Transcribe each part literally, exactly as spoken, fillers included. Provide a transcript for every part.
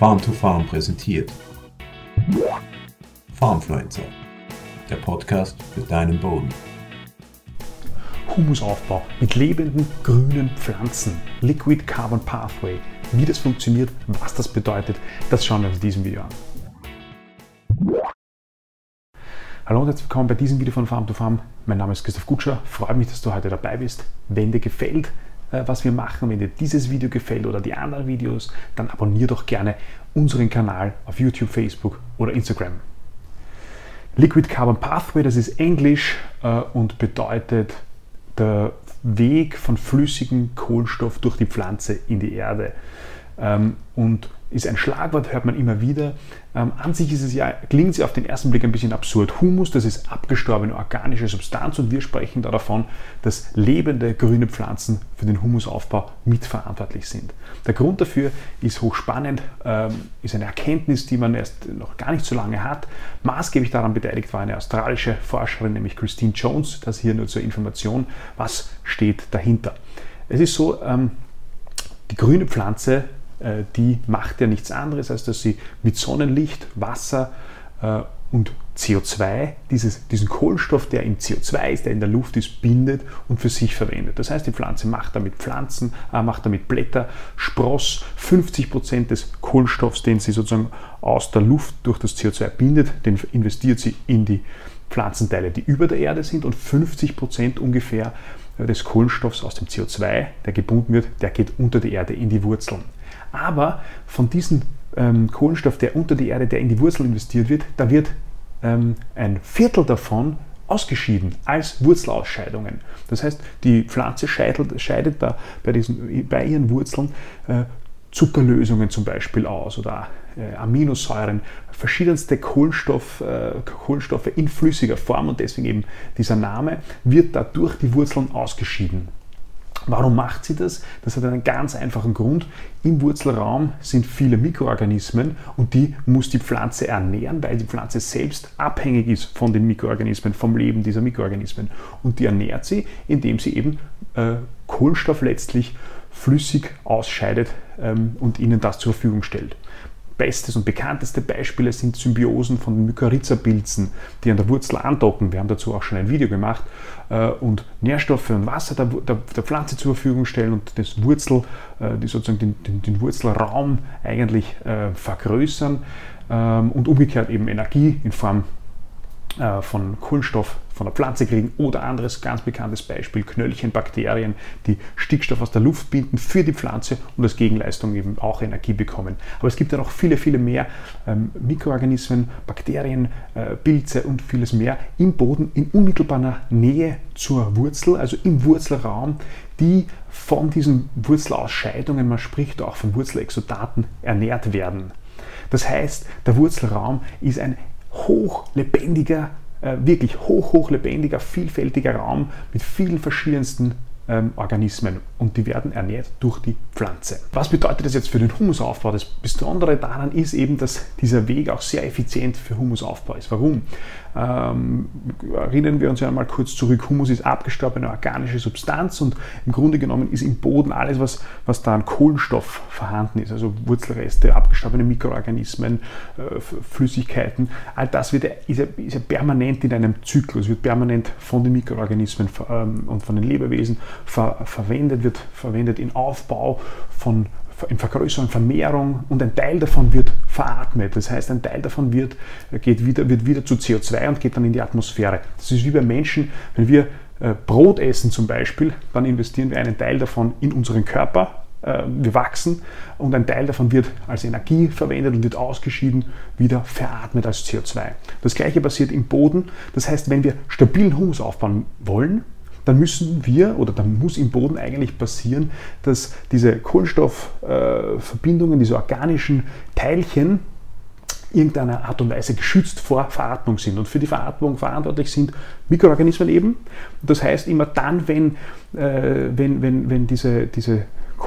Farm to Farm präsentiert. Farmfluencer, der Podcast für deinen Boden. Humusaufbau mit lebenden grünen Pflanzen, Liquid Carbon Pathway. Wie das funktioniert, was das bedeutet, das schauen wir uns in diesem Video an. Hallo und herzlich willkommen bei diesem Video von Farm to Farm. Mein Name ist Christoph Gutscher. Freue mich, dass du heute dabei bist. Wenn dir gefällt, was wir machen, wenn dir dieses Video gefällt oder die anderen Videos, dann abonniere doch gerne unseren Kanal auf YouTube, Facebook oder Instagram. Liquid Carbon Pathway, das ist Englisch äh, und bedeutet der Weg von flüssigem Kohlenstoff durch die Pflanze in die Erde. Ähm, und ist ein Schlagwort, hört man immer wieder. Ähm, an sich ist es ja, klingt es auf den ersten Blick ein bisschen absurd. Humus, das ist abgestorbene organische Substanz und wir sprechen da davon, dass lebende grüne Pflanzen für den Humusaufbau mitverantwortlich sind. Der Grund dafür ist hochspannend, ähm, ist eine Erkenntnis, die man erst noch gar nicht so lange hat. Maßgeblich daran beteiligt war eine australische Forscherin, nämlich Christine Jones. Das hier nur zur Information. Was steht dahinter? Es ist so, ähm, die grüne Pflanze, die macht ja nichts anderes, als dass sie mit Sonnenlicht, Wasser äh, und C O zwei, dieses, diesen Kohlenstoff, der im C O zwei ist, der in der Luft ist, bindet und für sich verwendet. Das heißt, die Pflanze macht damit Pflanzen, äh, macht damit Blätter, Spross. fünfzig Prozent des Kohlenstoffs, den sie sozusagen aus der Luft durch das C O zwei bindet, den investiert sie in die Pflanzenteile, die über der Erde sind, und fünfzig Prozent ungefähr des Kohlenstoffs aus dem C O zwei, der gebunden wird, der geht unter die Erde in die Wurzeln. Aber von diesem ähm, Kohlenstoff, der unter die Erde, der in die Wurzel investiert wird, da wird ähm, ein Viertel davon ausgeschieden als Wurzelausscheidungen. Das heißt, die Pflanze scheidet, scheidet da bei, diesen, bei ihren Wurzeln äh, Zuckerlösungen zum Beispiel aus oder äh, Aminosäuren, verschiedenste Kohlenstoff, äh, Kohlenstoffe in flüssiger Form, und deswegen eben dieser Name, wird da durch die Wurzeln ausgeschieden. Warum macht sie das? Das hat einen ganz einfachen Grund. Im Wurzelraum sind viele Mikroorganismen und die muss die Pflanze ernähren, weil die Pflanze selbst abhängig ist von den Mikroorganismen, vom Leben dieser Mikroorganismen. Und die ernährt sie, indem sie eben äh, Kohlenstoff letztlich flüssig ausscheidet ähm, und ihnen das zur Verfügung stellt. Bestes und bekannteste Beispiele sind Symbiosen von Mykorrhiza-Pilzen, die an der Wurzel andocken. Wir haben dazu auch schon ein Video gemacht äh, und Nährstoffe und Wasser der, der, der Pflanze zur Verfügung stellen und das Wurzel, äh, die sozusagen den, den, den Wurzelraum eigentlich äh, vergrößern ähm, und umgekehrt eben Energie in Form äh, von Kohlenstoff von der Pflanze kriegen, oder anderes ganz bekanntes Beispiel, Knöllchenbakterien, die Stickstoff aus der Luft binden für die Pflanze und als Gegenleistung eben auch Energie bekommen. Aber es gibt ja noch viele, viele mehr ähm, Mikroorganismen, Bakterien, äh, Pilze und vieles mehr im Boden in unmittelbarer Nähe zur Wurzel, also im Wurzelraum, die von diesen Wurzelausscheidungen, man spricht auch von Wurzelexudaten, ernährt werden. Das heißt, der Wurzelraum ist ein hochlebendiger, wirklich hoch, hoch lebendiger, vielfältiger Raum mit vielen verschiedensten ähm, Organismen, und die werden ernährt durch die Pflanze. Was bedeutet das jetzt für den Humusaufbau? Das Besondere daran ist eben, dass dieser Weg auch sehr effizient für Humusaufbau ist. Warum? Ähm, erinnern wir uns ja mal kurz zurück. Humus ist abgestorbene organische Substanz und im Grunde genommen ist im Boden alles, was, was da an Kohlenstoff vorhanden ist, also Wurzelreste, abgestorbene Mikroorganismen, äh, Flüssigkeiten, all das wird, ist, ja, ist ja permanent in einem Zyklus, wird permanent von den Mikroorganismen ähm, und von den Lebewesen ver, verwendet, wird verwendet in Aufbau, von in Vergrößerung, Vermehrung, und ein Teil davon wird veratmet. Das heißt, ein Teil davon wird, geht wieder, wird wieder zu C O zwei und geht dann in die Atmosphäre. Das ist wie bei Menschen, wenn wir äh, Brot essen zum Beispiel, dann investieren wir einen Teil davon in unseren Körper, äh, wir wachsen, und ein Teil davon wird als Energie verwendet und wird ausgeschieden, wieder veratmet als C O zwei. Das gleiche passiert im Boden. Das heißt, wenn wir stabilen Humus aufbauen wollen, dann müssen wir, oder dann muss im Boden eigentlich passieren, dass diese Kohlenstoffverbindungen, äh, diese organischen Teilchen irgendeiner Art und Weise geschützt vor Veratmung sind und für die Veratmung verantwortlich sind Mikroorganismen eben. Das heißt, immer dann, wenn, äh, wenn, wenn, wenn diese, diese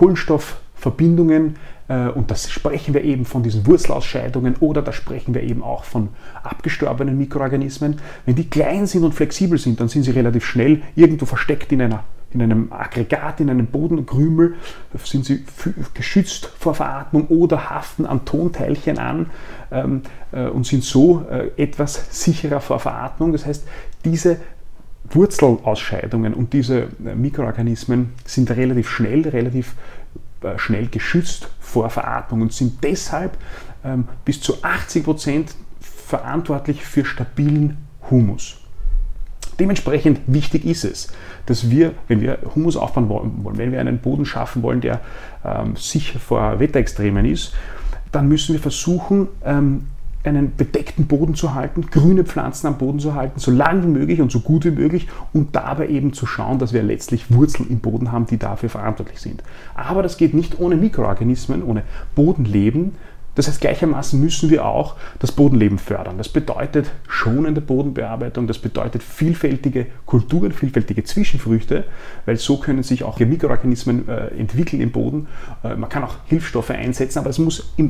Kohlenstoffverbindungen, äh, und das sprechen wir eben von diesen Wurzelausscheidungen oder da sprechen wir eben auch von abgestorbenen Mikroorganismen, wenn die klein sind und flexibel sind, dann sind sie relativ schnell irgendwo versteckt in einer in einem Aggregat, in einem Bodenkrümel, sind sie geschützt vor Veratmung oder haften an Tonteilchen an ähm, äh, und sind so äh, etwas sicherer vor Veratmung. Das heißt, diese Wurzelausscheidungen und diese Mikroorganismen sind relativ schnell, relativ äh, schnell geschützt vor Veratmung und sind deshalb ähm, bis zu achtzig Prozent verantwortlich für stabilen Humus. Dementsprechend wichtig ist es, dass wir, wenn wir Humus aufbauen wollen, wenn wir einen Boden schaffen wollen, der ähm, sicher vor Wetterextremen ist, dann müssen wir versuchen, ähm, einen bedeckten Boden zu halten, grüne Pflanzen am Boden zu halten, so lang wie möglich und so gut wie möglich und dabei eben zu schauen, dass wir letztlich Wurzeln im Boden haben, die dafür verantwortlich sind. Aber das geht nicht ohne Mikroorganismen, ohne Bodenleben. Das heißt, gleichermaßen müssen wir auch das Bodenleben fördern. Das bedeutet schonende Bodenbearbeitung, das bedeutet vielfältige Kulturen, vielfältige Zwischenfrüchte, weil so können sich auch Mikroorganismen äh, entwickeln im Boden. Äh, man kann auch Hilfsstoffe einsetzen, aber es muss im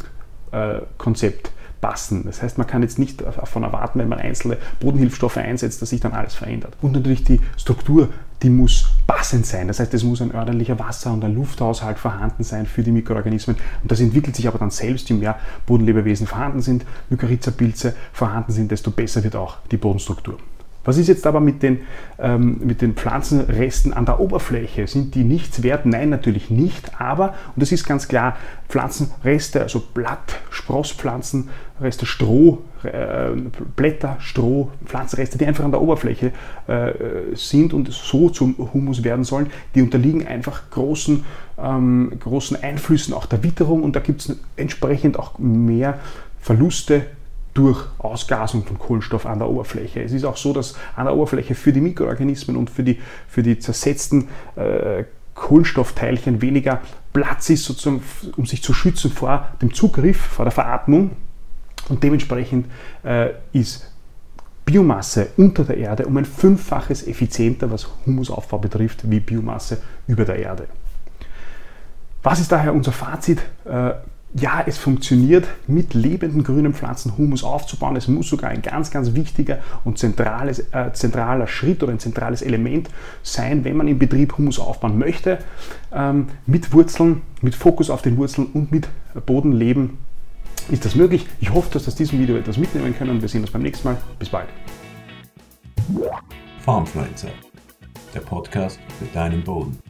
Gesamtkonzept äh, passen. Das heißt, man kann jetzt nicht davon erwarten, wenn man einzelne Bodenhilfsstoffe einsetzt, dass sich dann alles verändert. Und natürlich die Struktur, die muss passend sein. Das heißt, es muss ein ordentlicher Wasser- und ein Lufthaushalt vorhanden sein für die Mikroorganismen. Und das entwickelt sich aber dann selbst, je mehr Bodenlebewesen vorhanden sind, Mykorrhiza-Pilze vorhanden sind, desto besser wird auch die Bodenstruktur. Was ist jetzt aber mit den, ähm, mit den Pflanzenresten an der Oberfläche? Sind die nichts wert? Nein, natürlich nicht. Aber, und das ist ganz klar, Pflanzenreste, also Blatt, Sprosspflanzenreste, Stroh, äh, Blätter, Stroh, Pflanzenreste, die einfach an der Oberfläche äh, sind und so zum Humus werden sollen, die unterliegen einfach großen, ähm, großen Einflüssen auch der Witterung und da gibt es entsprechend auch mehr Verluste durch Ausgasung von Kohlenstoff an der Oberfläche. Es ist auch so, dass an der Oberfläche für die Mikroorganismen und für die, für die zersetzten äh, Kohlenstoffteilchen weniger Platz ist, sozusagen, um sich zu schützen vor dem Zugriff, vor der Veratmung. Und dementsprechend äh, ist Biomasse unter der Erde um ein Fünffaches effizienter, was Humusaufbau betrifft, wie Biomasse über der Erde. Was ist daher unser Fazit? Äh, Ja, es funktioniert, mit lebenden grünen Pflanzen Humus aufzubauen. Es muss sogar ein ganz, ganz wichtiger und zentrales, äh, zentraler Schritt oder ein zentrales Element sein, wenn man im Betrieb Humus aufbauen möchte. Ähm, mit Wurzeln, mit Fokus auf den Wurzeln und mit Bodenleben ist das möglich. Ich hoffe, dass du aus diesem Video etwas mitnehmen können. Wir sehen uns beim nächsten Mal. Bis bald. Farmfluencer, der Podcast für deinen Boden.